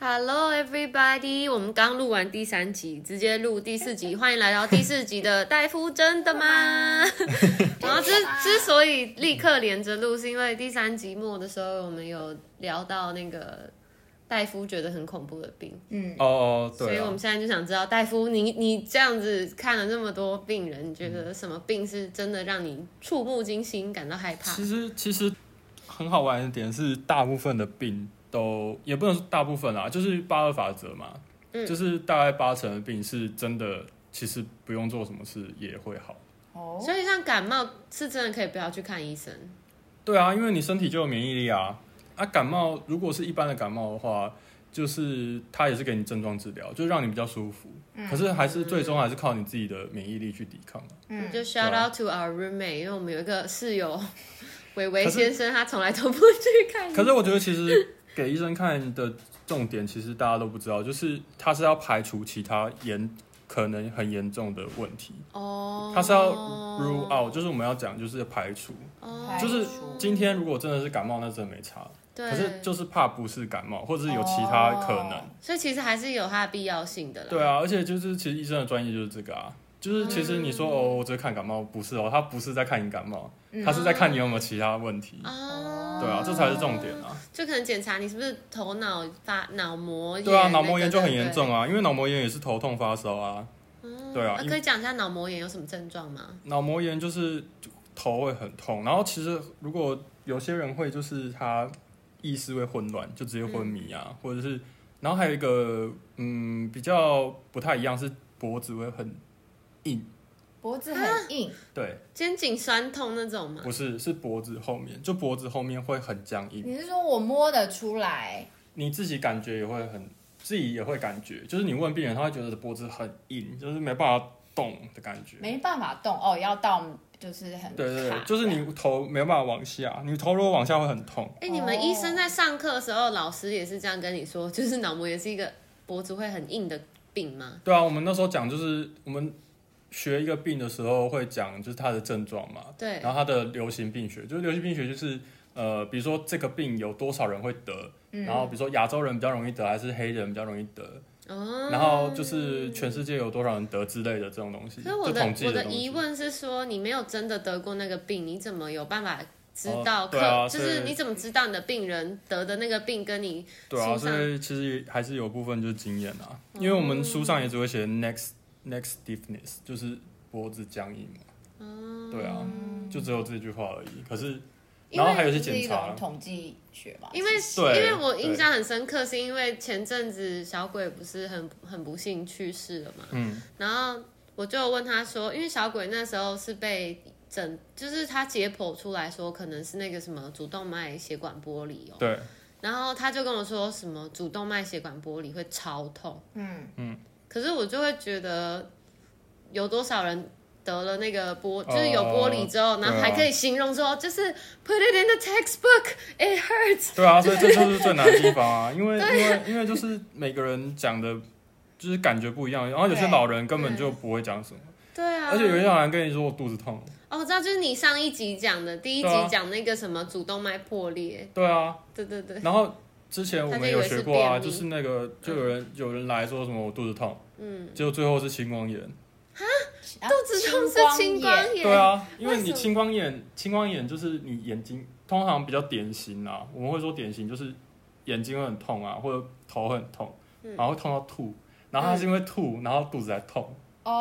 Hello everybody， 我们刚录完第3集，直接录第4集，欢迎来到第4集的大夫真的吗？然后之所以立刻连着录，是因为第3集末的时候，我们有聊到那个大夫觉得很恐怖的病， 对、 所以我们现在就想知道，大夫你这样子看了这么多病人，你觉得什么病是真的让你触目惊心，感到害怕？ 其实很好玩的点是，大部分的病都也不能说大部分啦，就是8-2法则嘛，就是大概80%的病是真的，其实不用做什么事也会好。 所以像感冒是真的可以不要去看医生。 对啊，因为你身体就有免疫力啊。感冒如果是一般的感冒的话，就是它也是给你症状治疗，就让你比较舒服。可是还是最终还是靠你自己的免疫力去抵抗。 就 shout out to our roommate， 因为我们有一个室友伟伟先生，他从来都不去看医生。 可是我觉得其实给医生看的重点，其实大家都不知道，就是他是要排除其他可能很严重的问题。他是要 rule out， 就是我们要讲就是排除。就是今天如果真的是感冒，那真的没差。可是就是怕不是感冒，或者是有其他可能。 所以其实还是有它的必要性的啦。 对啊，而且就是其实医生的专业就是这个啊。就是其实你说我只是看感冒，不是他不是在看你感冒，他是在看你有没有其他问题。对啊，这才是重点啊。 就可能检查你是不是头脑发脑膜炎。 对啊，脑膜炎就很严重啊，因为脑膜炎也是头痛发烧啊。对啊， 可以讲一下脑膜炎有什么症状吗？ 脑膜炎就是头会很痛，然后其实如果有些人会就是他意识会混乱，就直接昏迷啊，或者是，然后还有一个比较不太一样是脖子会很硬。 脖子很硬， 对， 肩颈酸痛那种吗？ 不是，是脖子后面，就脖子后面会很僵硬。 你是说我摸得出来？ 你自己感觉也会自己也会感觉，就是你问病人，他会觉得脖子很硬，就是没办法动的感觉。 没办法动哦，要到就是很对，就是你头没办法往下，你头如果往下会很痛。 你们医生在上课的时候，老师也是这样跟你说，就是脑膜炎是一个脖子会很硬的病吗？ 对啊，我们那时候讲就是我们学一个病的时候会讲就是它的症状嘛， 对， 然后它的流行病学，就是流行病学就是比如说这个病有多少人会得，然后比如说亚洲人比较容易得，还是黑人比较容易得，然后就是全世界有多少人得之类的这种东西。 可是我的疑问是说，你没有真的得过那个病，你怎么有办法知道？就是你怎么知道你的病人得的那个病跟你对啊，所以其实还是有部分就是经验啊，因为我们书上也只会写 neck stiffness， 就是脖子僵硬嘛。对啊，就只有这句话而已。可是，然后还有一些检查， 统计学嘛。 因为我印象很深刻，是因为前阵子小鬼不是很不幸去世了嘛。然后我就问他说，因为小鬼那时候是被就是他解剖出来说可能是那个什么主动脉血管剥离哦。 对。 然后他就跟我说什么主动脉血管剥离会超痛。可是我就会觉得，有多少人得了那个就是有玻璃之后，然后还可以形容说，就是 put it in the textbook, it hurts。 对啊，所以这就是最难的地方啊，因为就是每个人讲的，就是感觉不一样，然后有些老人根本就不会讲什么。 对啊。 而且有些老人跟你说我肚子痛。 我知道，就是你上一集讲的第1集讲那个什么主动脉破裂。 对啊。 对。 然后之前我们有学过啊，就是那个就有人来说什么我肚子痛，结果最后是青光眼。 肚子痛是青光眼？ 对啊，因为你青光眼就是你眼睛通常比较典型啊，我们会说典型就是眼睛会很痛啊，或者头会很痛，然后会痛到吐，然后他是因为吐，然后肚子在痛。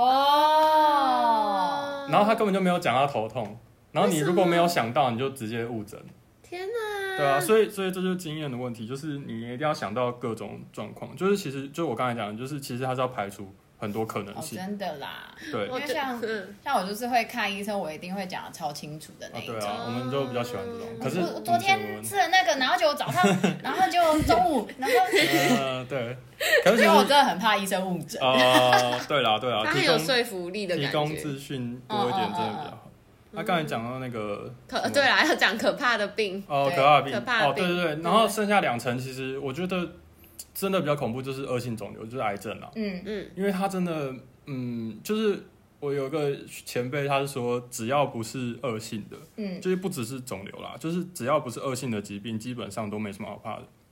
然后他根本就没有讲他头痛，然后你如果没有想到，你就直接误诊。 天哪！ 对啊，所以这就是经验的问题，就是你一定要想到各种状况，就是其实就我刚才讲的，就是其实他是要排除很多可能性。 真的啦。 对， 因为像我就是会看医生，我一定会讲的超清楚的那一种。 对啊，我们就比较喜欢这种。可是我昨天吃了那个，然后就早上，然后就中午，然后对。可是我真的很怕医生误诊。 对啦， 他很有说服力的感觉。 提供资讯多一点真的比较好。他刚才讲到那个对啦，要讲可怕的病。 可怕的病。对。然后剩下2层，其实我觉得真的比较恐怖，就是恶性肿瘤，就是癌症啦。因为他真的，就是我有个前辈，他是说，只要不是恶性的，就是不只是肿瘤啦，就是只要不是恶性的疾病，基本上都没什么好怕的。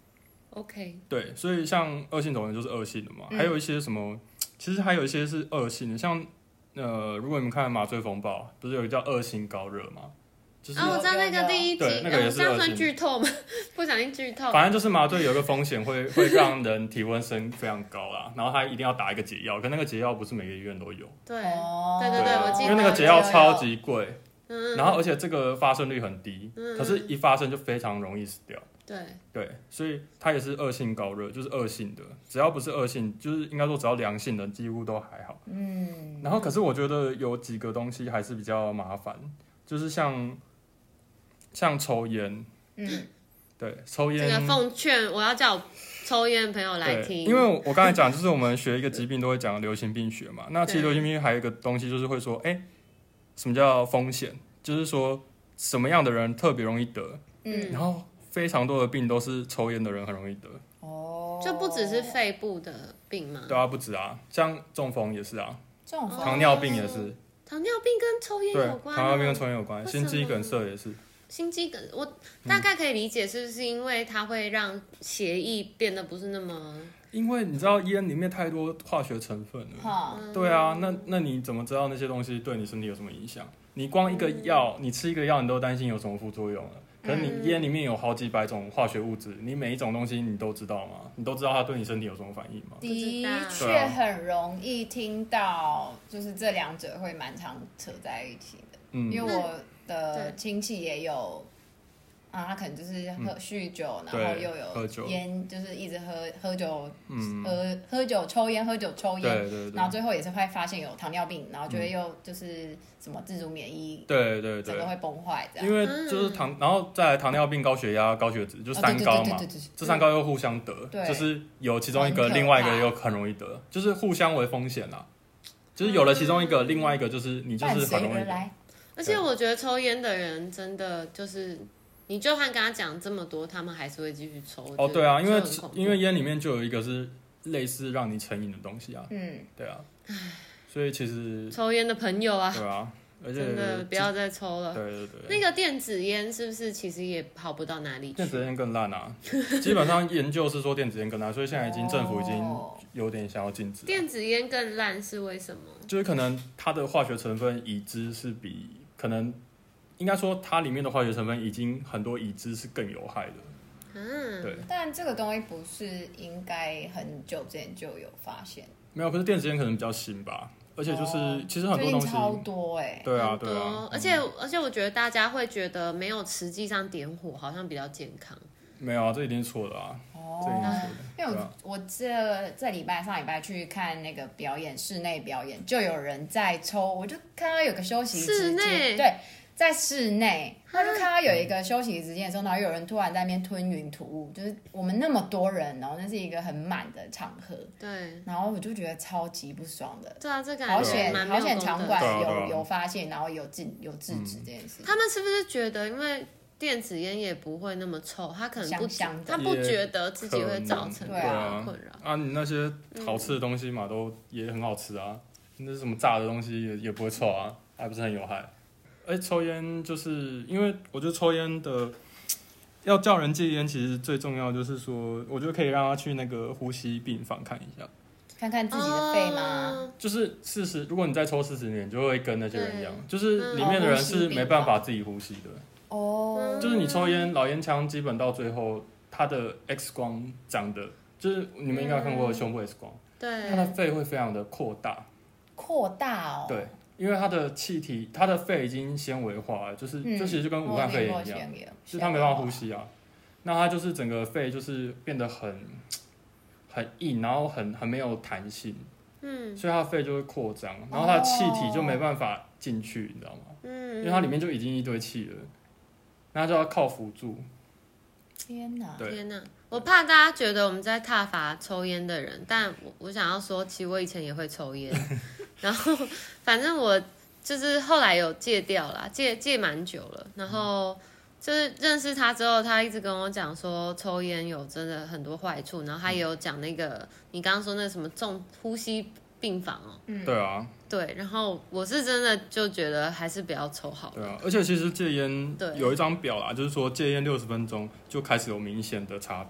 OK， 对，所以像恶性头炎就是恶性的嘛，还有一些什么，其实还有一些是恶性的，像如果你们看麻醉风暴，不是有一个叫恶性高热吗？就是我知道那个第一集， 对，那个也是这样算剧透吗？不小心剧透。 反正就是麻醉有一个风险会让人体温升非常高啦，然后他一定要打一个解药，可那个解药不是每个医院都有。 对， 对我记得。 因为那个解药超级贵，然后而且这个发生率很低，可是一发生就非常容易死掉。对，所以它也是恶性高热，就是恶性的，只要不是恶性，就是应该说只要良性的几乎都还好。然后可是我觉得有几个东西还是比较麻烦，就是像抽烟，对，抽烟。 这个奉劝我要叫抽烟的朋友来听， 因为我刚才讲，就是我们学一个疾病都会讲流行病学嘛。那其实流行病学还有一个东西，就是会说，什么叫风险？就是说什么样的人特别容易得，然后非常多的病都是抽烟的人很容易得。 就不只是肺部的病吗？ 对啊，不止啊，像中风也是啊， 中风、 糖尿病也是。 糖尿病跟抽烟有关， 糖尿病跟抽烟有关，心肌梗塞也是。 心肌梗，我大概可以理解，是不是因为它会让血液变得不是那么？ 因为你知道烟里面太多化学成分了，对啊，那你怎么知道那些东西对你身体有什么影响？你光一个药，你吃一个药，你都担心有什么副作用了。可是你烟里面有好几百种化学物质，你每一种东西你都知道吗？你都知道它对你身体有什么反应吗？ 的确很容易听到，就是这两者会蛮常扯在一起的。因为我的亲戚也有他可能就是酗酒，然后又有烟，就是一直喝酒，喝酒抽烟，对，然后最后也是会发现有糖尿病，然后就会又就是什么自主免疫， 对， 整个会崩坏这样。 因为就是然后再来糖尿病、高血压、高血脂，就三高嘛，这三高又互相得，就是有其中一个，另外一个又很容易得，就是互相为风险啦。就是有了其中一个，另外一个就是你就是很容易得。 而且我觉得抽烟的人真的就是。你就算跟他讲这么多，他们还是会继续抽。 对啊，因为烟里面就有一个是类似让你成瘾的东西啊。对啊。所以其实抽烟的朋友啊， 对啊，而且真的不要再抽了。 对。 那个电子烟是不是其实也好不到哪里去？ 电子烟更烂啊！基本上研究是说电子烟更烂，所以现在政府已经有点想要禁止。 电子烟更烂是为什么？ 就是可能它的化学成分已知是比可能。应该说，它里面的化学成分已经很多已知是更有害的。对。 但这个东西不是应该很久之前就有发现？ 没有，可是电子烟可能比较新吧。而且就是其实很多东西超多对啊。 而且我觉得大家会觉得没有实际上点火好像比较健康。 没有啊，这一定是错的啊。这一定是错的。 因为我上礼拜去看那个表演，室内表演，就有人在抽，我就看到有个休息时间，对。在室内，他就看到有一个休息时间的时候，然后有人突然在那边吞云吐雾，就是我们那么多人，然后那是一个很满的场合， 对， 然后我就觉得超级不爽的。 对啊，这感觉好险场馆有发现，然后有制止这件事。 他们是不是觉得，因为电子烟也不会那么臭，他可能他不觉得自己会造成困扰啊？你那些好吃的东西嘛，都也很好吃啊，那什么炸的东西也不会臭啊，还不是很有害。抽烟就是因为我觉得抽烟的要叫人戒烟，其实最重要就是说，我觉得可以让他去那个呼吸病房看一下， 看看自己的肺吗？ 就是如果你再抽40年，就会跟那些人一样，就是里面的人是没办法自己呼吸的。就是你抽烟，老烟枪基本到最后，他的 X 光长的，就是你们应该看过胸部 X 光， 对， 他的肺会非常的扩大哦， 对。因为它的气体，它的肺已经纤维化了，就其实就跟武汉肺炎一样，就是它没办法呼吸啊。那它就是整个肺就是变得很硬，然后很没有弹性，所以它的肺就会扩张，然后它的气体就没办法进去，你知道吗？因为它里面就已经一堆气了，那就要靠辅助。 天哪！ 我怕大家觉得我们在挞伐抽烟的人，但我想要说，其实我以前也会抽烟。然后，反正我就是后来有戒掉啦，戒蛮久了。然后就是认识他之后，他一直跟我讲说，抽烟有真的很多坏处。然后他也有讲那个你刚刚说那什么呼吸病房哦。 对啊。 对，然后我是真的就觉得还是不要抽好了。 对啊，而且其实戒烟有一张表啦，就是说戒烟60分钟就开始有明显的差别。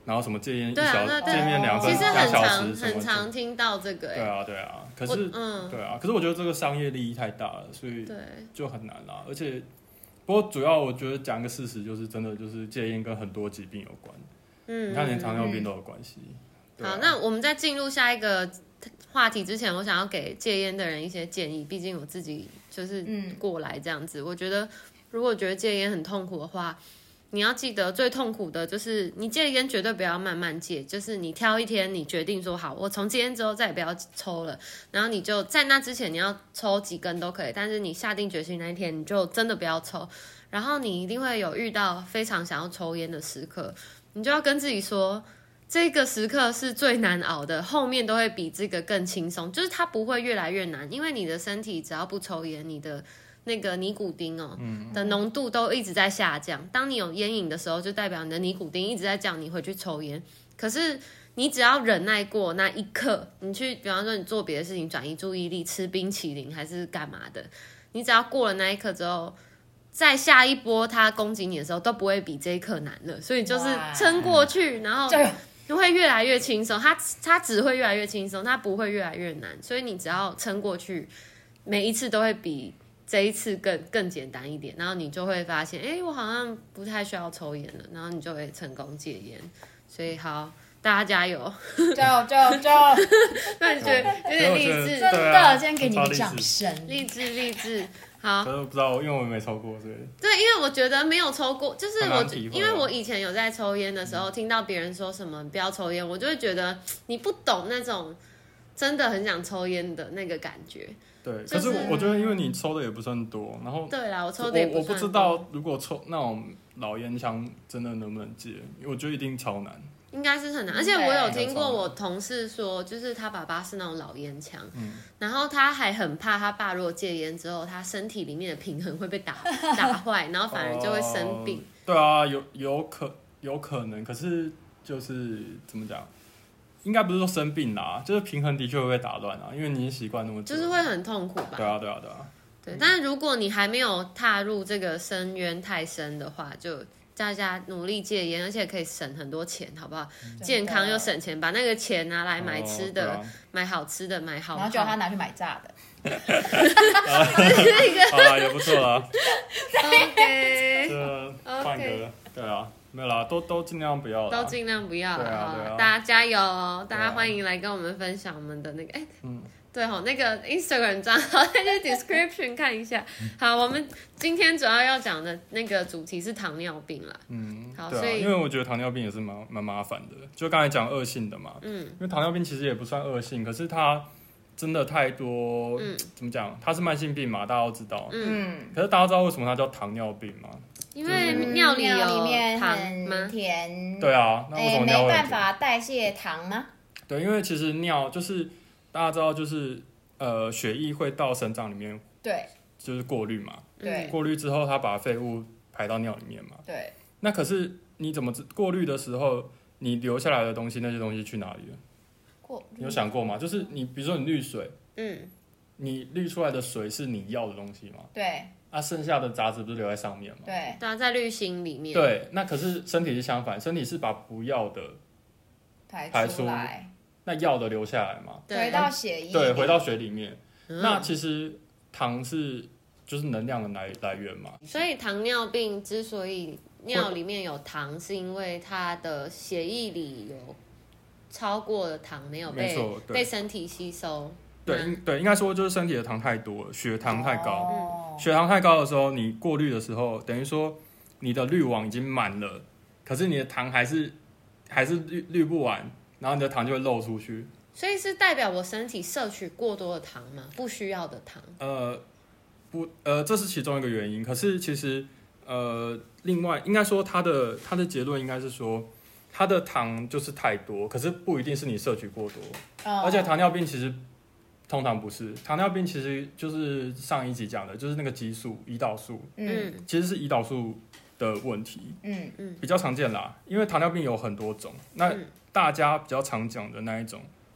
然后什么戒烟对啊， 戒烟2分其实很常听到这个。 对啊，可是对啊，可是我觉得这个商业利益太大了，所以就很难啦。而且，不过主要我觉得讲一个事实，就是真的就是戒烟跟很多疾病有关。你看连糖尿病都有关系。 好，那我们在进入下一个话题之前，我想要给戒烟的人一些建议，毕竟我自己就是过来这样子。我觉得如果觉得戒烟很痛苦的话，你要记得最痛苦的就是你戒烟绝对不要慢慢戒，就是你挑一天你决定说好，我从戒烟之后再也不要抽了，然后你就在那之前你要抽几根都可以，但是你下定决心那一天你就真的不要抽，然后你一定会有遇到非常想要抽烟的时刻，你就要跟自己说这个时刻是最难熬的，后面都会比这个更轻松，就是它不会越来越难，因为你的身体只要不抽烟，你的那个尼古丁的浓度都一直在下降。当你有烟瘾的时候，就代表你的尼古丁一直在降，你回去抽烟。可是你只要忍耐过那一刻，你去，比方说你做别的事情，转移注意力，吃冰淇淋还是干嘛的，你只要过了那一刻之后，在下一波它攻击你的时候，都不会比这一刻难了。所以就是撑过去，然后就会越来越轻松。它只会越来越轻松，它不会越来越难。所以你只要撑过去，每一次都会比这一次更简单一点，然后你就会发现，我好像不太需要抽烟了，然后你就会成功戒烟。所以好，大家加油！ 加油！加油！加油！ 那你觉得有点励志？ 真的，先给你们掌声。 励志。好， 可是我不知道，因为我没抽过，所以对，因为我觉得没有抽过，就是因为我以前有在抽烟的时候，听到别人说什么不要抽烟，我就会觉得你不懂那种真的很想抽烟的那个感觉。 对，可是我觉得，因为你抽的也不算多，然后对啦，我抽的也不算多。 我不知道如果抽那种老烟枪，真的能不能戒？我觉得一定超难。 应该是很难，而且我有听过我同事说，就是他爸爸是那种老烟枪，然后他还很怕他爸如果戒烟之后，他身体里面的平衡会被打坏，然后反而就会生病。 对啊，有可能，可是就是怎么讲？应该不是说生病啦，就是平衡的确会被打乱啊，因为你习惯那么久， 就是会很痛苦吧？ 对啊。 对，但是如果你还没有踏入这个深渊太深的话，就大家努力戒烟，而且可以省很多钱，好不好？健康又省钱，把那个钱拿来买吃的，买好吃的，买好， 然后就他拿去买炸的。 好啦，也不错啦。 OK， 这换个，对啊。没有啦，都尽量不要啦， 都尽量不要啦。 对啊， 大家加油哦！大家欢迎来跟我们分享我们的那个，对吼，那个 Instagram 账号在 description 看一下。好，我们今天主要讲的那个主题是糖尿病啦。好， 对啊， 所以因为我觉得糖尿病也是蛮麻烦的，就刚才讲恶性的嘛，因为糖尿病其实也不算恶性，可是它真的太多，怎么讲？它是慢性病嘛，大家都知道，可是大家知道为什么它叫糖尿病吗？ 因为尿里有面糖吗？ 很甜。 对啊，那为什么尿会没办法代谢糖吗？ 对，因为其实尿就是大家知道，就是血液会到肾脏里面， 对， 就是过滤嘛， 对， 过滤之后它把废物排到尿里面嘛， 对。 那可是你怎么过滤的时候，你留下来的东西，那些东西去哪里了？你有想过吗？就是你比如说你滤水，你滤出来的水是你要的东西吗？ 对。 剩下的杂质不是留在上面吗？ 对， 在滤芯里面。 对，那可是身体是相反，身体是把不要的排出来， 那要的留下来嘛？ 回到血液， 对，回到血里面。那其实糖就是能量的来源嘛。 所以糖尿病之所以尿里面有糖，是因为它的血液里有超过的糖没有被身体吸收。 对，应该说就是身体的糖太多了，血糖太高。血糖太高的时候，你过滤的时候，等于说你的滤网已经满了，可是你的糖还是滤不完，然后你的糖就会漏出去。 所以是代表我身体摄取过多的糖吗？不需要的糖？ 这是其中一个原因。可是其实另外应该说它的结论应该是说，它的糖就是太多，可是不一定是你摄取过多。而且糖尿病其实通常不是，糖尿病其实就是上一集讲的，就是那个激素胰岛素，其实是胰岛素的问题，比较常见啦。因为糖尿病有很多种，那大家比较常讲的那一种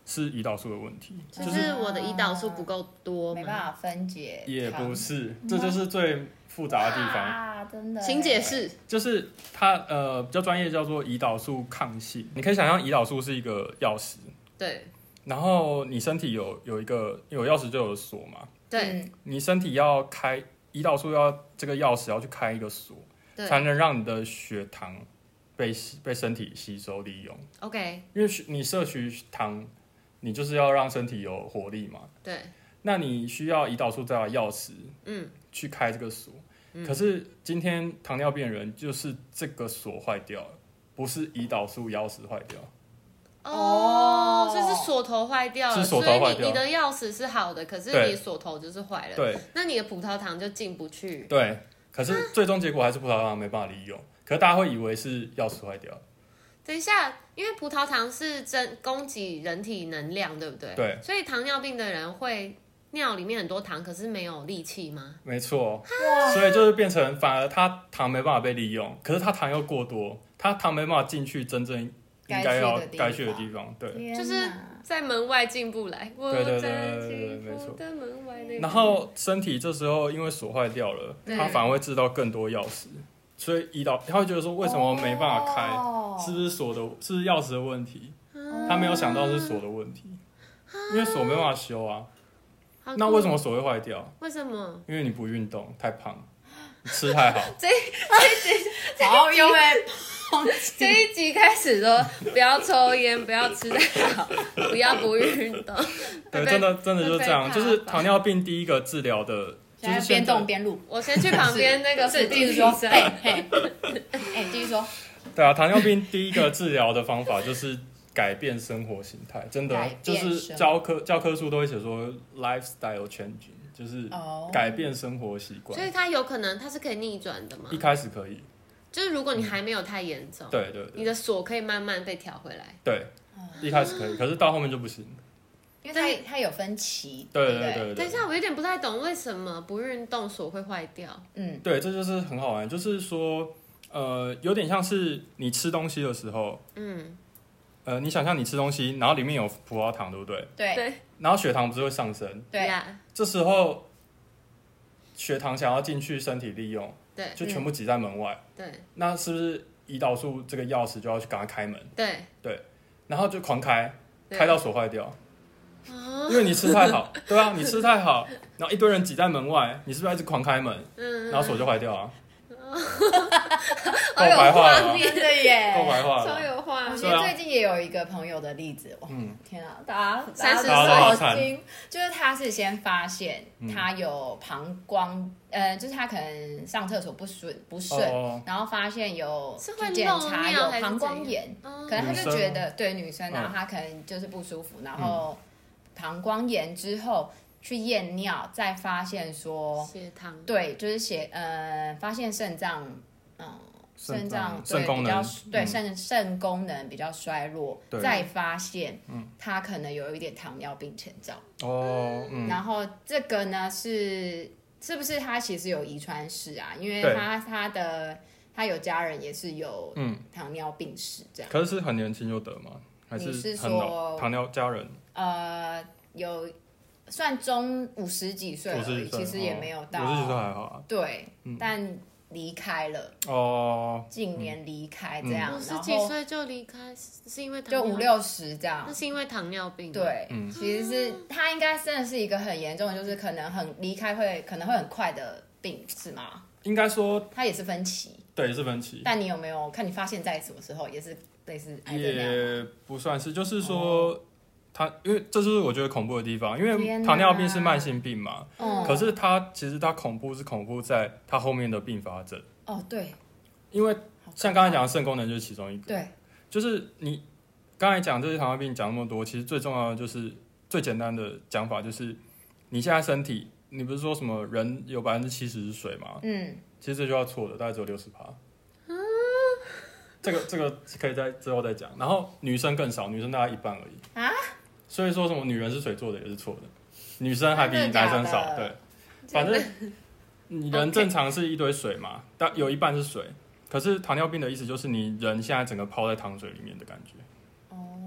是胰岛素的问题， 就是我的胰岛素不够多， 没办法分解。 也不是，这就是最复杂的地方啊，真的。 请解释。 就是它比较专业叫做胰岛素抗性。你可以想象胰岛素是一个钥匙， 对。 然后你身体有钥匙就有锁嘛， 对。 你身体要开胰岛素这个钥匙要去开一个锁，才能让你的血糖被身体吸收利用。 OK。 因为你摄取糖，你就是要让身体有活力嘛。 对。 那你需要胰岛素这把钥匙，去开这个锁。可是今天糖尿病人就是这个锁坏掉了，不是胰岛素钥匙坏掉。 哦，所以是锁头坏掉了， 是锁头坏掉。 所以你的钥匙是好的，可是你锁头就是坏了。 对。 那你的葡萄糖就进不去。 对。可是最终结果还是葡萄糖没办法利用。可是大家会以为是钥匙坏掉。 等一下，因为葡萄糖是供给人体能量，对不对？ 对。 所以糖尿病的人会尿里面很多糖，可是没有力气吗？ 没错。所以就是变成反而他糖没办法被利用，可是他糖又过多，他糖没办法进去真正应该要该去的地方。对。 就是在门外进不来。 对，没错。 门外然后身体这时候因为锁坏掉了，它反而会制造更多钥匙。所以他会觉得说，为什么没办法开？是不是锁的？是不是钥匙的问题？他没有想到是锁的问题，因为锁没办法修啊。那为什么锁会坏掉？ 为什么？ 因为你不运动，太胖，你吃太好。 这一集开始说不要抽烟，不要吃太好，不运动。 对，真的就是这样。就是糖尿病第一个治疗的。 就是边动边录， 我先去旁边那个是继续说，继续说。 对啊，糖尿病第一个治疗的方法就是改变生活形态，真的就是教科书都会写说 lifestyle changing， 就是改变生活习惯。 所以它有可能它是可以逆转的吗？ 一开始可以， 就是如果你还没有太严重， 对， 你的锁可以慢慢被调回来。 对，一开始可以，可是到后面就不行。 因为它有分期， 对。 等一下，我有点不太懂为什么不运动锁会坏掉。 对，这就是很好玩，就是说，有点像是你吃东西的时候，你想象你吃东西，然后里面有葡萄糖，对不对？ 对。 然后血糖不是会上升？ 对。 这时候血糖想要进去身体利用， 对， 就全部挤在门外。 对。 那是不是胰岛素这个钥匙就要去赶快开门？ 对。 然后就狂开到锁坏掉。因为你吃太好，对啊，你吃太好，然后一堆人挤在门外，你是不是一直狂开门，然后锁就坏掉啊？够白话了， 真的耶， 够白话了， 超有画面。 我其实最近也有一个朋友的例子，天啊，大家 30 岁好惊，就是他是先发现他有膀胱，就是他可能上厕所不顺，然后发现有检查有膀胱炎，可能他就觉得对女生，然后他可能就是不舒服，然后膀胱炎之后去验尿，再发现说血糖， 对，就是发现肾脏，肾脏功能肾功能比较衰弱，再发现他可能有一点糖尿病前兆。然后这个呢是不是他其实有遗传史啊？因为他有家人也是有糖尿病史这样。 可是很年轻就得吗？还是很老？糖尿家人有算中50几岁而已，其实也没有到 50几岁还好啊。 对，但离开了近年离开这样 ，50几岁就离开是因为就50、60这样， 那是因为糖尿病。 对，其实是他应该真的是一个很严重的，就是可能离开可能会很快的病，是吗？ 应该说它也是分期， 对，也是分期。 但你有没有看你发现在什么时候也是类似癌症那样？ 也不算是，就是说。因为这就是我觉得恐怖的地方，因为糖尿病是慢性病嘛，可是其实它恐怖在它后面的并发症。 对， 因为像刚才讲的肾功能就是其中一个。 对， 就是你刚才讲这些糖尿病讲那么多，其实最重要的就是最简单的讲法就是，你现在身体，你不是说什么人有70%是水吗？其实这就要错的，大概只有60%。这个可以在之后再讲。然后女生更少，女生大概1半而已啊。所以说什么女人是水做的也是错的，女生还比男生少。对，反正你人正常是一堆水嘛，但有1半是水。可是糖尿病的意思就是你人现在整个泡在糖水里面的感觉。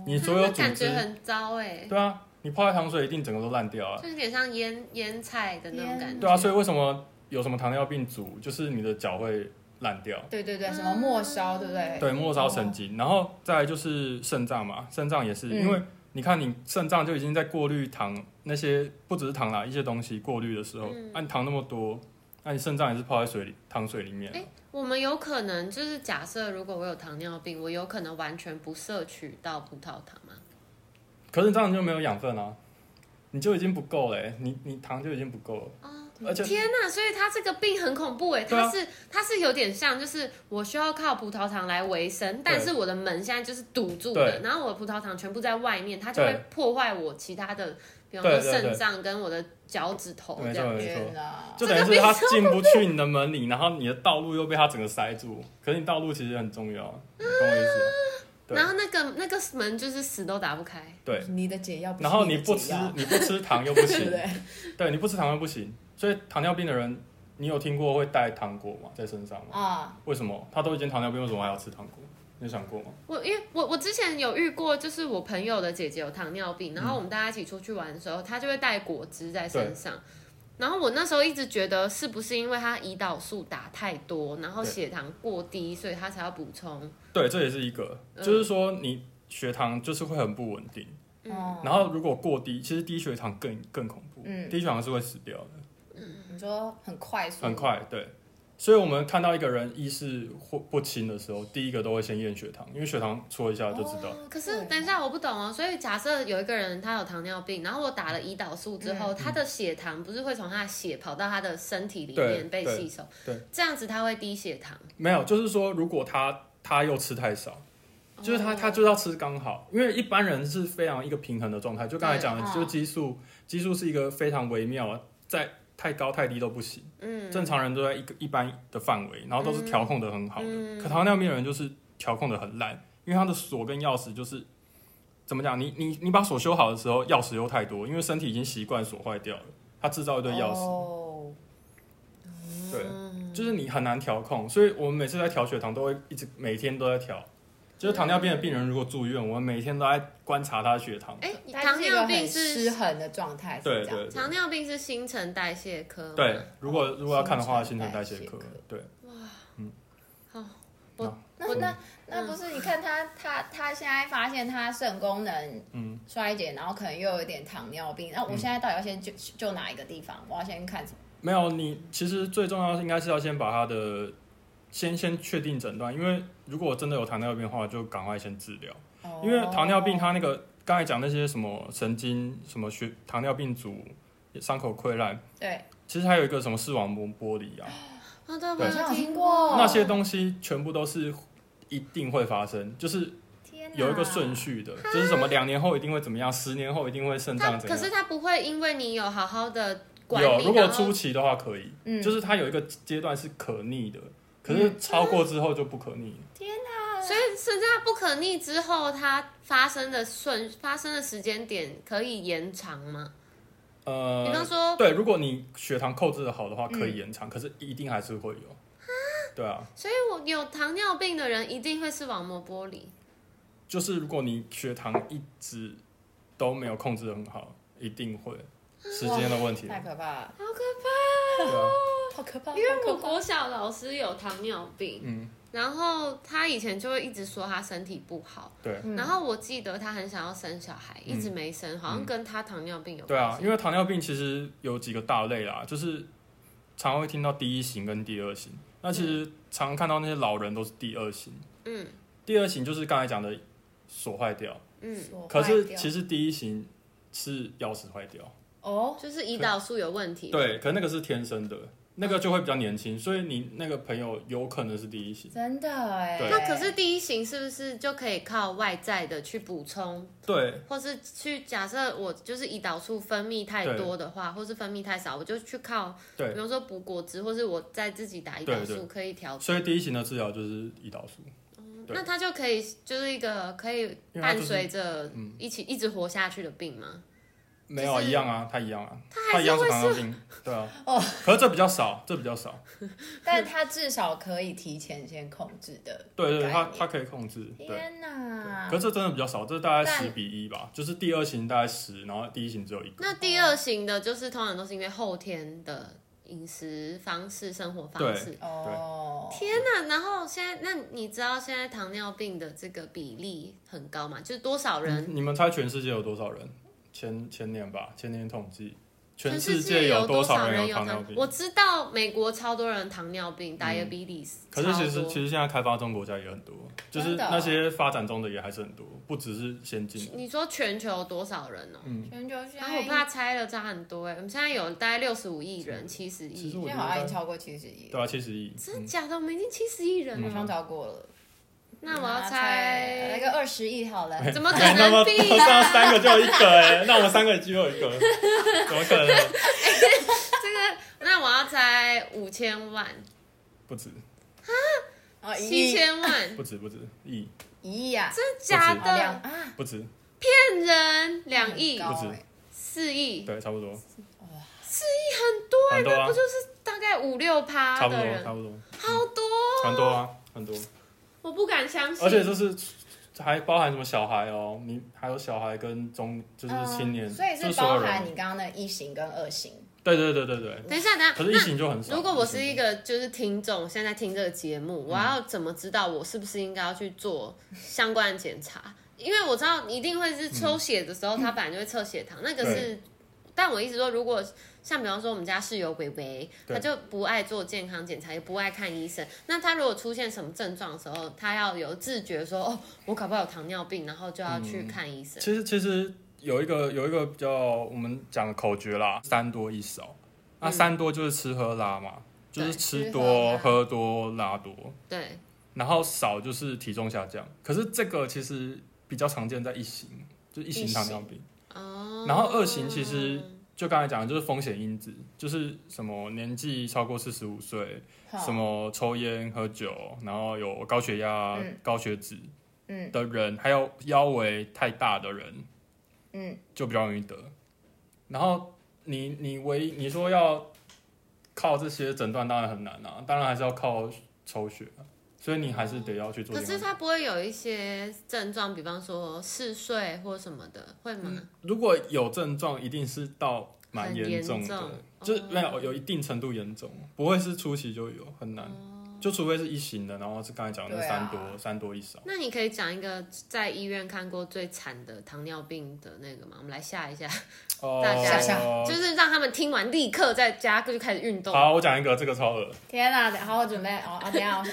你所有组织感觉很糟对啊，你泡在糖水一定整个都烂掉啊， 就有点像腌菜的那种感觉。 对啊，所以为什么有什么糖尿病足，就是你的脚会烂掉。 对，什么末梢，对不对？ 对，末梢神经，然后再来就是肾脏嘛，肾脏也是，因为你看你肾脏就已经在过滤糖那些不只是糖啦，一些东西过滤的时候，按糖那么多，那你肾脏也是泡在糖水里面。 我们有可能就是假设，如果我有糖尿病，我有可能完全不摄取到葡萄糖吗？ 可是这样就没有养分啊，你就已经不够了，你糖就已经不够了。而且天哪！所以他这个病很恐怖哎，它是有点像，就是我需要靠葡萄糖来维生，但是我的门现在就是堵住的，然后我的葡萄糖全部在外面，它就会破坏我其他的，比方说肾脏跟我的脚趾头这样。 没错，就等于是它进不去你的门里，然后你的道路又被它整个塞住。可是你道路其实很重要，你懂我意思吗？ 然后那个门就是死都打不开。 对， 你的解药。 然后你不吃糖又不行，对，你不吃糖又不行。所以糖尿病的人，你有听过会带糖果吗？在身上吗？为什么？他都已经糖尿病，为什么还要吃糖果？你有想过吗？ 因为我之前有遇过，就是我朋友的姐姐有糖尿病，然后我们大家一起出去玩的时候，她就会带果汁在身上。然后我那时候一直觉得，是不是因为她胰岛素打太多，然后血糖过低，所以她才要补充？ 对，这也是一个，就是说你血糖就是会很不稳定。然后如果过低，其实低血糖更恐怖。低血糖是会死掉的。 你说很快速， 很快，对，所以我们看到一个人意识不清的时候，第一个都会先验血糖，因为血糖戳一下就知道。 可是等一下，我不懂哦。所以假设有一个人他有糖尿病，然后我打了胰岛素之后，他的血糖不是会从他的血跑到他的身体里面被吸收？ 对， 这样子他会低血糖？没有，就是说如果他又吃太少。就是他就要吃刚好，因为一般人是非常一个平衡的状态。就刚才讲的，就激素是一个非常微妙，在太高太低都不行。正常人都在一般的范围，然后都是调控的很好的。可糖尿病的人就是调控的很烂，因为他的锁跟钥匙就是怎么讲？你把锁修好的时候，钥匙又太多，因为身体已经习惯锁坏掉了，它制造一堆钥匙。对，就是你很难调控，所以我们每次在调血糖都会每天都在调。就是糖尿病的病人如果住院，我们每天都在观察他的血糖。 糖尿病是失衡的状态。 对。 糖尿病是新陈代谢科。 对，如果要看的话，新陈代谢科。对。 哇。 好。那不是？你看他现在发现他肾功能衰竭，然后可能又有点糖尿病。那我现在到底要先就哪一个地方？我要先看什么？ 没有，你其实最重要应该是要先把他的。先确定诊断，因为如果真的有糖尿病的话，就赶快先治疗。因为糖尿病它那个刚才讲那些什么神经、什么糖尿病足、伤口溃烂， 对， 其实还有一个什么视网膜剥离啊， 对，我有听过。 那些东西全部都是一定会发生，就是有一个顺序的，就是什么2年后一定会怎么样，10年后一定会肾脏怎样。 可是它不会因为你有好好的管理， 如果初期的话可以，就是它有一个阶段是可逆的。可是超过之后就不可逆。 天哪！所以甚至它不可逆之后，它发生的时间点可以延长吗？比方说， 对，如果你血糖控制的好的话，可以延长，可是一定还是会有。对啊。所以我有糖尿病的人一定会视网膜剥离。 就是如果你血糖一直都没有控制得很好，一定会。时间的问题。 太可怕了。 好可怕哦。 对啊。 好可怕！ 因为我国小老师有糖尿病，然后他以前就会一直说他身体不好， 对。 然后我记得他很想要生小孩，一直没生，好像跟他糖尿病有关系。 对啊，因为糖尿病其实有几个大类啦，就是常会听到第1型跟第2型，那其实常看到那些老人都是第2型。第2型就是刚才讲的锁坏掉，可是其实第1型是钥匙坏掉。 就是胰岛素有问题。 对，可那个是天生的。那个就会比较年轻，所以你那个朋友有可能是第1型。 真的哎。 那可是第1型是不是就可以靠外在的去补充？ 对。 或是去假设我就是胰岛素分泌太多的话，或是分泌太少，我就去靠，比方说补果汁，或是我再自己打胰岛素可以调整。 所以第1型的治疗就是胰岛素。 那它就可以就是一个可以伴随着一直活下去的病吗？ 没有一样啊，它一样啊，它一样是糖尿病，对啊。可是这比较少， 但它至少可以提前先控制的。 对，它可以控制。 天哪！ 可是这真的比较少，这大概10:1吧，就是第2型大概10，然后第1型只有1个。 那第2型的，就是通常都是因为后天的饮食方式、生活方式。天哪！然后现在，那你知道现在糖尿病的这个比例很高吗？就是多少人？ 你们猜全世界有多少人？前年吧，前年统计，全世界有多少人有糖尿病？ 我知道美国超多人糖尿病 ，diabetes。 可是其实现在开发中国家也很多，就是那些发展中的也还是很多，不只是先进。 你说全球多少人哦？ 全球现在， 然后我怕猜了差很多哎。我们现在有大概65亿人，70亿。 现在好像已经超过70亿。 对啊，70亿。 真的假的？我们已经70亿人了。 好像超过了。 那我要猜来个20亿好了。 怎么可能比？ 这样3个就有1个那我们3个就有1个，怎么可能？ 这个，那我要猜5000万。 不止。 7000万。 不止亿。 1亿啊？ 真的假的？ 不止。 骗人，2亿。 不止。 4亿。 对，差不多。 4亿很多哎，那不就是大概5-6%的人？ 差不多。 好多。 很多啊，很多。 我不敢相信。 而且就是还包含什么小孩哦，你还有小孩跟就是青年， 所以是包含你刚刚的1型跟2型。 对。 等一下。 可是1型就很少。 如果我是一个就是听众，现在听这个节目，我要怎么知道我是不是应该要去做相关的检查？因为我知道一定会是抽血的时候，他本来就会测血糖，那个是。但我意思说，如果像比方说我们家室友伟伟，他就不爱做健康检查，也不爱看医生。那他如果出现什么症状的时候，他要有自觉说，哦，我搞不好有糖尿病，然后就要去看医生。 其实有一个比较我们讲的口诀啦，3多1少。那3多就是吃喝拉嘛，就是吃多喝多拉多。 对。 然后少就是体重下降。可是这个其实比较常见在1型，就是1型糖尿病。然后2型其实就刚才讲的就是风险因子，就是什么年纪超过45岁，什么抽烟喝酒，然后有高血压、高血脂的人，还有腰围太大的人，就比较容易得。然后你说要靠这些诊断当然很难啊，当然还是要靠抽血。所以你还是得要去做。 可是他不会有一些症状，比方说嗜睡或什么的，会吗？ 如果有症状，一定是到蛮严重的，就是没有一定程度严重，不会是初期就有，很难。就除非是1型的，然后是刚才讲的3多1少。 那你可以讲一个在医院看过最惨的糖尿病的那个吗？我们来下一下，大家就是让他们听完立刻在家就开始运动。 好，我讲一个，这个超恶。 天哪，好，我准备等一下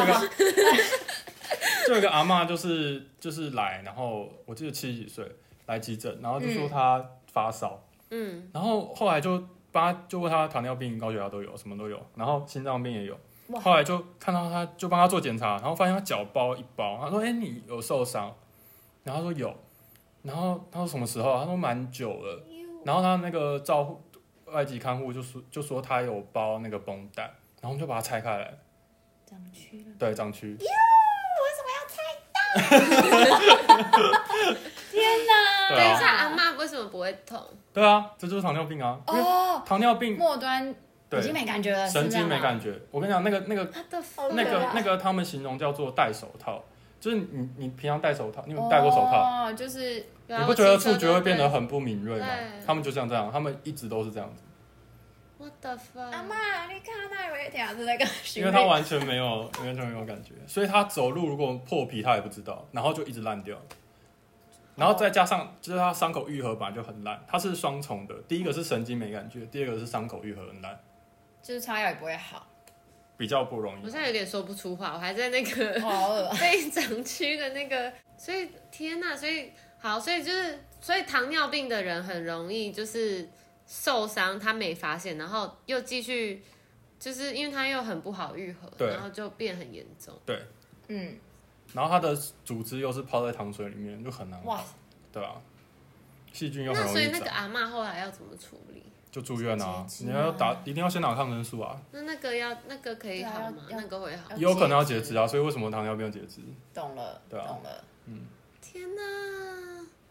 就有一个阿嬷就是来，然后我记得70几岁来急诊，然后就说她发烧，然后后来就问她糖尿病、高血压都有，什么都有，然后心脏病也有。后来就看到他，就帮他做检查，然后发现他脚包一包。他说：“你有受伤？”然后他说有。然后他说什么时候？他说蛮久了。然后他那个外籍看护就说他有包那个绷带，然后我们就把它拆开来。 长蛆了。 对，长蛆。 为什么要拆到？天哪！ 等一下，阿嬷为什么不会痛？ 对啊，这就是糖尿病啊。糖尿病末端。已经没感觉了， 神经没感觉。我跟你讲，那个他们形容叫做戴手套，就是你平常戴手套，你有戴过手套？ 就是你不觉得触觉会变得很不敏锐吗？他们就像这样，他们一直都是这样子。 What the fuck？ 阿嬷，你看他以为他是那个， 因为他完全没有感觉，所以他走路如果破皮他也不知道，然后就一直烂掉。然后再加上，就是他伤口愈合本来就很烂，它是双重的。第一个是神经没感觉，第二个是伤口愈合很烂。 就是擦药也不会好， 比较不容易。 我现在有点说不出话，我还在那个被长蛆的那个，所以天哪，所以糖尿病的人很容易就是受伤，他没发现，然后又继续，就是因为他又很不好愈合，然后就变很严重。 对，然后他的组织又是泡在糖水里面，就很难哇，对吧？细菌又很容易长。 那所以那个阿嬷后来要怎么处理？ 就住院啊！你一定要先打抗生素啊！ 那个可以好吗？那个会好？ 也有可能要截肢啊！所以为什么糖尿病要截肢？ 懂了， 对啊， 懂了。 天哪！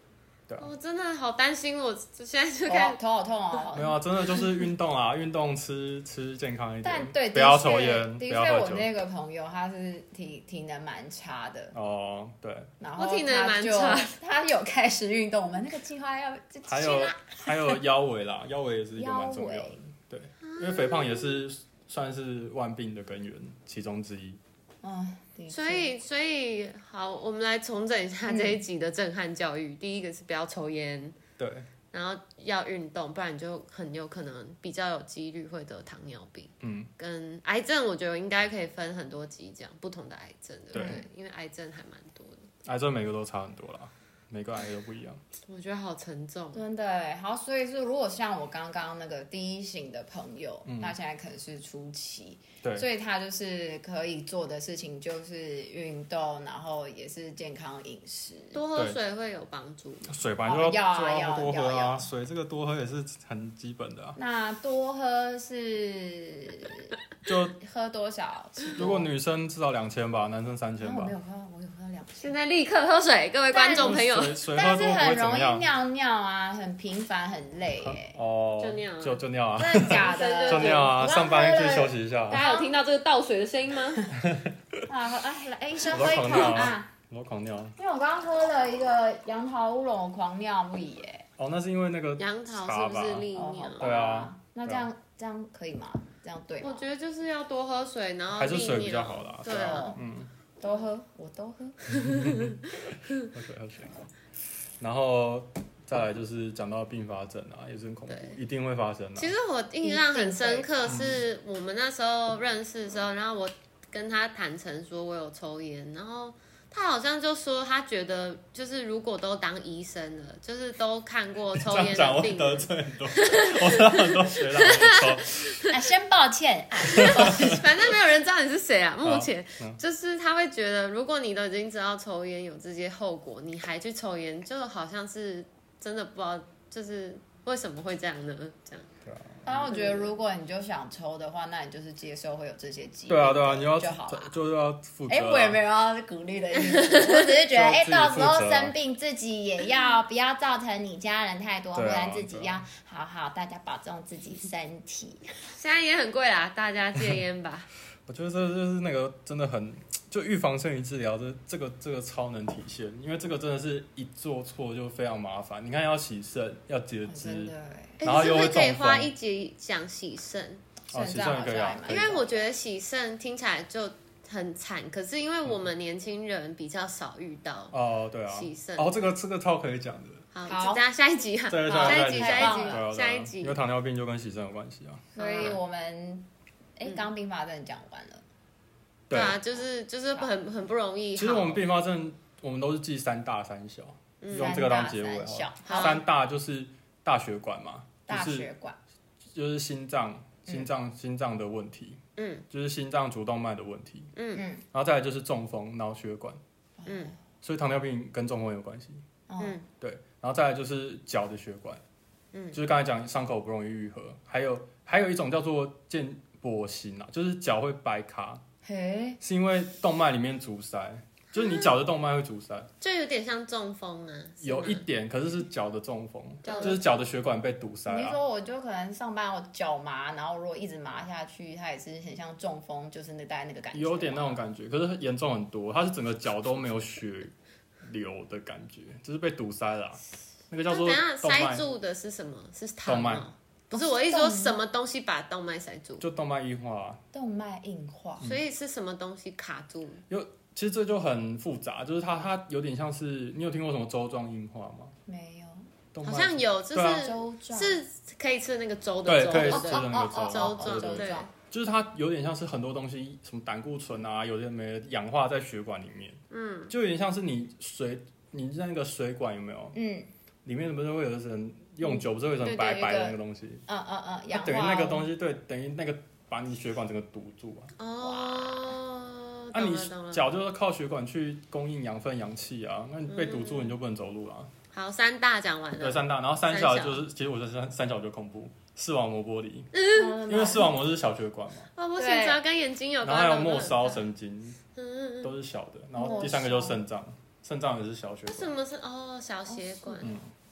对啊。 我真的好担心，我现在就看头好痛哦。 没有啊，真的就是运动啊，运动吃健康一点， 但对， 不要抽烟，不要喝酒。 我那个朋友他是体能蛮差的哦，对。 然后我体能蛮差， 他有开始运动，我们那个计划要还有腰围啦，腰围也是一个蛮重要的，对，因为肥胖也是算是万病的根源其中之一。 所以好，我们来重整一下这一集的震撼教育。第一个是不要抽烟， 对， 然后要运动，不然你就很有可能比较有几率会得糖尿病。跟癌症，我觉得应该可以分很多集讲不同的癌症，对不对？因为癌症还蛮多的， 癌症每个都差很多啦。每个癌都不一样， 我觉得好沉重， 真的耶。好，所以是如果像我刚刚那个第一型的朋友，他现在可能是初期， 对， 所以他就是可以做的事情就是运动，然后也是健康饮食， 多喝水会有帮助吗？ 水本来就要多喝啊，水这个多喝也是很基本的啊。 那多喝是就喝多少？ 如果女生至少2000吧，男生3000吧。 我有喝2000。 现在立刻喝水，各位观众朋友。 但是很容易尿尿啊，很频繁，很累耶。 哦，就尿啊， 真的假的？ 就尿啊，上班去休息一下。 大家有听到这个倒水的声音吗？ 来，医生喝一口啊！ 我都狂尿， 因为我刚刚喝了一个杨桃乌龙，我狂尿不已耶。 哦，那是因为那个杨桃是不是利尿？ 对啊。 那这样可以吗？这样对吗？ 我觉得就是要多喝水，然后还是水比较好啦。 对啊， 都喝，我都喝。 喝水。然后再来就是讲到并发症啊，也是很恐怖，一定会发生啊。 其实我印象很深刻，是我们那时候认识的时候，然后我跟他坦诚说我有抽烟，然后他好像就说他觉得就是如果都当医生了，就是都看过抽烟的病人， 得罪很多，我知道很多学长有抽。 先抱歉， 反正没有人知道你是谁啊。目前就是他会觉得，如果你都已经知道抽烟有这些后果，你还去抽烟，就好像是真的不知道，就是为什么会这样呢？这样。 然后我觉得，如果你就想抽的话，那你就是接受会有这些疾病。 对啊，你要就好了， 就是要负责。 我也没有要鼓励的意思，我只是觉得，到时候生病自己也要不要造成你家人太多，不然自己要好，大家保重自己身体。 现在也很贵啦，大家戒烟吧。 我觉得这就是那个真的很，就预防胜于治疗，这个超能体现，因为这个真的是一做错就非常麻烦。你看要洗肾，要截肢，然后又会中风。是不是可以花一集讲洗肾？ 洗肾可以啊， 因为我觉得洗肾听起来就很惨，可是因为我们年轻人比较少遇到对啊， 洗肾。 这个超可以讲的。 好，下一集啊，下一集， 因为糖尿病就跟洗肾有关系啊。 所以我们。刚并发症讲完了， 对啊，就是很不容易。 其实我们并发症，我们都是记3大3小，用这个当结尾哈。3大就是大血管嘛， 大血管就是心脏的问题，就是心脏主动脉的问题，然后再来就是中风脑血管，所以糖尿病跟中风有关系，对，然后再来就是脚的血管，就是刚才讲伤口不容易愈合，还有一种叫做跛行啊，就是脚会掰卡，是因为动脉里面阻塞，就是你脚的动脉会阻塞， 就有点像中风啊， 有一点，可是脚的中风，就是脚的血管被堵塞。 你说我就可能上班我脚麻，然后如果一直麻下去，它也是很像中风，就是大概那个感觉， 有点那种感觉，可是严重很多，它是整个脚都没有血流的感觉，就是被堵塞了，那个叫做动脉。 塞住的是什么？是动脉。不是我一说什么东西把动脉塞住， 就动脉硬化。 动脉硬化， 所以是什么东西卡住？ 其实这就很复杂，就是它有点像是，你有听过什么粥状硬化吗？ 没有， 好像有，是可以吃的那个粥的粥， 对，可以吃的那个粥状，对， 就是它有点像是很多东西，什么胆固醇啊，有的没的氧化在血管里面，就有点像是你在那个水管有没有？里面不是会有人用酒不是会有一层白白的那个东西？ 氧化， 等于那个东西，对，等于那个把你血管整个堵住啊。你脚就是靠血管去供应养分、氧气啊，那你被堵住你就不能走路了。 好，3大讲完了。 对，3大，然后3小就是，其实我觉得3小就恐怖，视网膜剥离，因为视网膜是小血管嘛。 不行，只要跟眼睛有关。 然后还有末梢神经，都是小的。然后第3个就是肾脏也是小血管。 什么是小血管？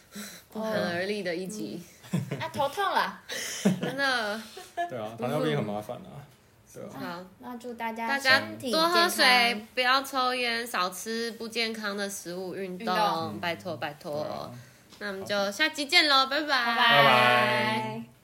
不寒而栗的一集。 头痛了， 真的。 对啊，糖尿病很麻烦啊。对啊。 好， 那祝大家多喝水，不要抽烟，少吃不健康的食物，运动，拜托拜托。那我们就下集见喽，拜拜。 拜拜。